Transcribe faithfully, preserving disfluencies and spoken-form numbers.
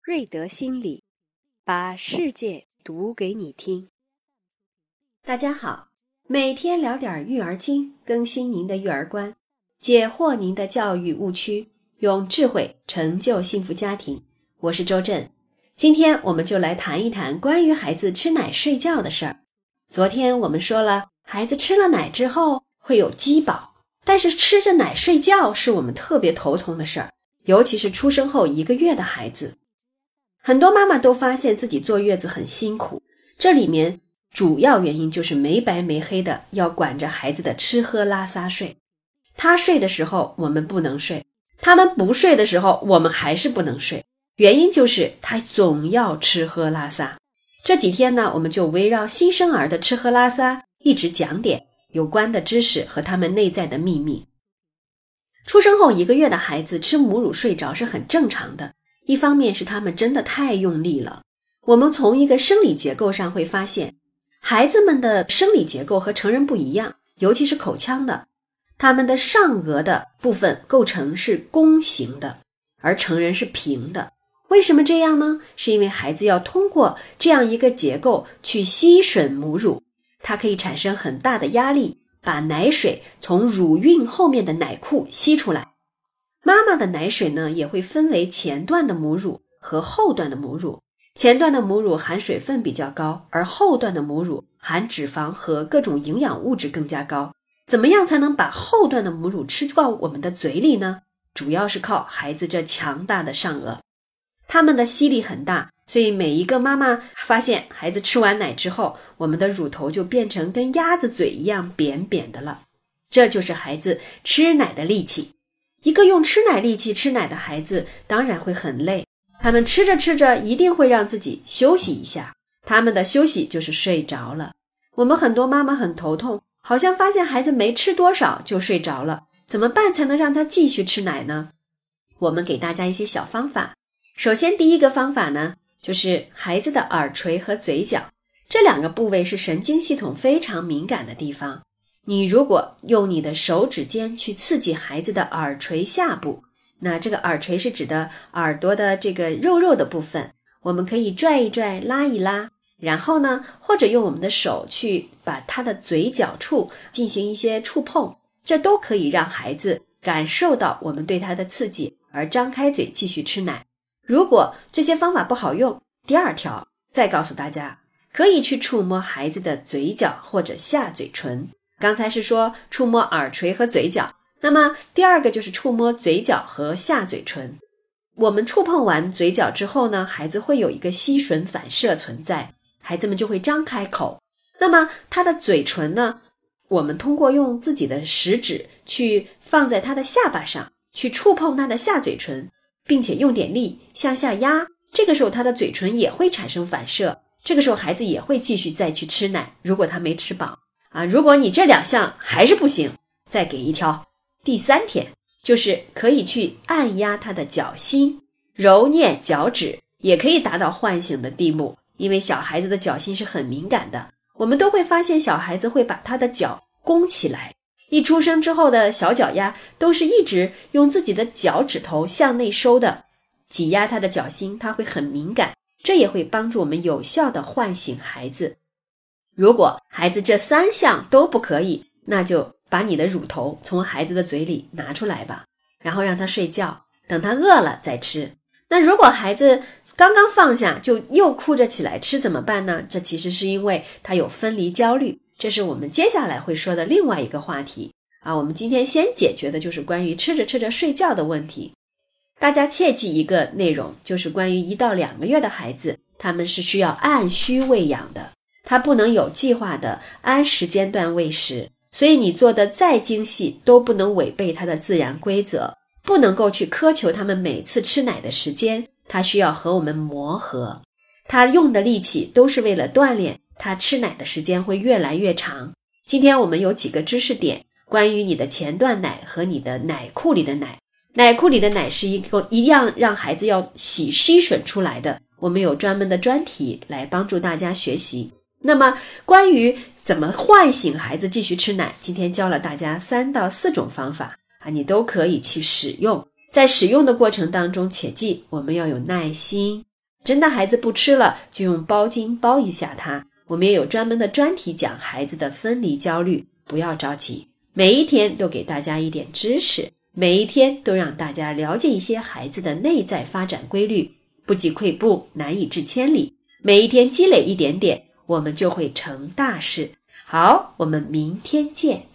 瑞德心理，把世界读给你听。 大家好，每天聊点育儿经，更新您的育儿观，解惑您的教育误区，用智慧成就幸福家庭。我是周震，今天我们就来谈一谈关于孩子吃奶睡觉的事儿。昨天我们说了，孩子吃了奶之后会有饥饱，但是吃着奶睡觉是我们特别头疼的事儿，尤其是出生后一个月的孩子。很多妈妈都发现自己坐月子很辛苦，这里面主要原因就是没白没黑的要管着孩子的吃喝拉撒睡。他睡的时候我们不能睡，他们不睡的时候我们还是不能睡，原因就是他总要吃喝拉撒。这几天呢，我们就围绕新生儿的吃喝拉撒一直讲点有关的知识和他们内在的秘密。出生后一个月的孩子吃母乳睡着是很正常的，一方面是他们真的太用力了。我们从一个生理结构上会发现，孩子们的生理结构和成人不一样，尤其是口腔的，他们的上颚的部分构成是弓形的，而成人是平的。为什么这样呢？是因为孩子要通过这样一个结构去吸吮母乳，它可以产生很大的压力，把奶水从乳晕后面的奶库吸出来。妈妈的奶水呢，也会分为前段的母乳和后段的母乳。前段的母乳含水分比较高，而后段的母乳含脂肪和各种营养物质更加高。怎么样才能把后段的母乳吃到我们的嘴里呢？主要是靠孩子这强大的上颚，他们的吸力很大，所以每一个妈妈发现孩子吃完奶之后，我们的乳头就变成跟鸭子嘴一样扁扁的了。这就是孩子吃奶的力气。一个用吃奶力气吃奶的孩子当然会很累，他们吃着吃着一定会让自己休息一下，他们的休息就是睡着了。我们很多妈妈很头痛，好像发现孩子没吃多少就睡着了，怎么办才能让他继续吃奶呢？我们给大家一些小方法。首先第一个方法呢，就是孩子的耳垂和嘴角，这两个部位是神经系统非常敏感的地方。你如果用你的手指尖去刺激孩子的耳垂下部，那这个耳垂是指的耳朵的这个肉肉的部分，我们可以拽一拽，拉一拉，然后呢，或者用我们的手去把他的嘴角处进行一些触碰，这都可以让孩子感受到我们对他的刺激，而张开嘴继续吃奶。如果这些方法不好用，第二条再告诉大家，可以去触摸孩子的嘴角或者下嘴唇。刚才是说触摸耳垂和嘴角，那么第二个就是触摸嘴角和下嘴唇。我们触碰完嘴角之后呢，孩子会有一个吸吮反射存在，孩子们就会张开口。那么他的嘴唇呢，我们通过用自己的食指去放在他的下巴上，去触碰他的下嘴唇，并且用点力向下压，这个时候他的嘴唇也会产生反射，这个时候孩子也会继续再去吃奶，如果他没吃饱啊，如果你这两项还是不行，再给一条。第三天就是可以去按压他的脚心，揉捏脚趾，也可以达到唤醒的地步，因为小孩子的脚心是很敏感的。我们都会发现小孩子会把他的脚弓起来，一出生之后的小脚丫都是一直用自己的脚趾头向内收的，挤压他的脚心，他会很敏感，这也会帮助我们有效的唤醒孩子。如果孩子这三项都不可以，那就把你的乳头从孩子的嘴里拿出来吧，然后让他睡觉，等他饿了再吃。那如果孩子刚刚放下就又哭着起来吃怎么办呢？这其实是因为他有分离焦虑，这是我们接下来会说的另外一个话题啊。我们今天先解决的就是关于吃着吃着睡觉的问题。大家切记一个内容，就是关于一到两个月的孩子，他们是需要按需喂养的，他不能有计划的按时间段喂食，所以你做的再精细都不能违背它的自然规则，不能够去苛求他们每次吃奶的时间，他需要和我们磨合，他用的力气都是为了锻炼他吃奶的时间会越来越长。今天我们有几个知识点，关于你的前段奶和你的奶库里的奶。奶库里的奶是一个一样让孩子要洗吸吮出来的，我们有专门的专题来帮助大家学习。那么关于怎么唤醒孩子继续吃奶，今天教了大家三到四种方法啊，你都可以去使用。在使用的过程当中，切记我们要有耐心， 真的孩子不吃了，就用包巾包一下它。我们也有专门的专题讲孩子的分离焦虑，不要着急，每一天都给大家一点知识，每一天都让大家了解一些孩子的内在发展规律，不积跬步，难以至千里。每一天积累一点点，我们就会成大事。好，我们明天见。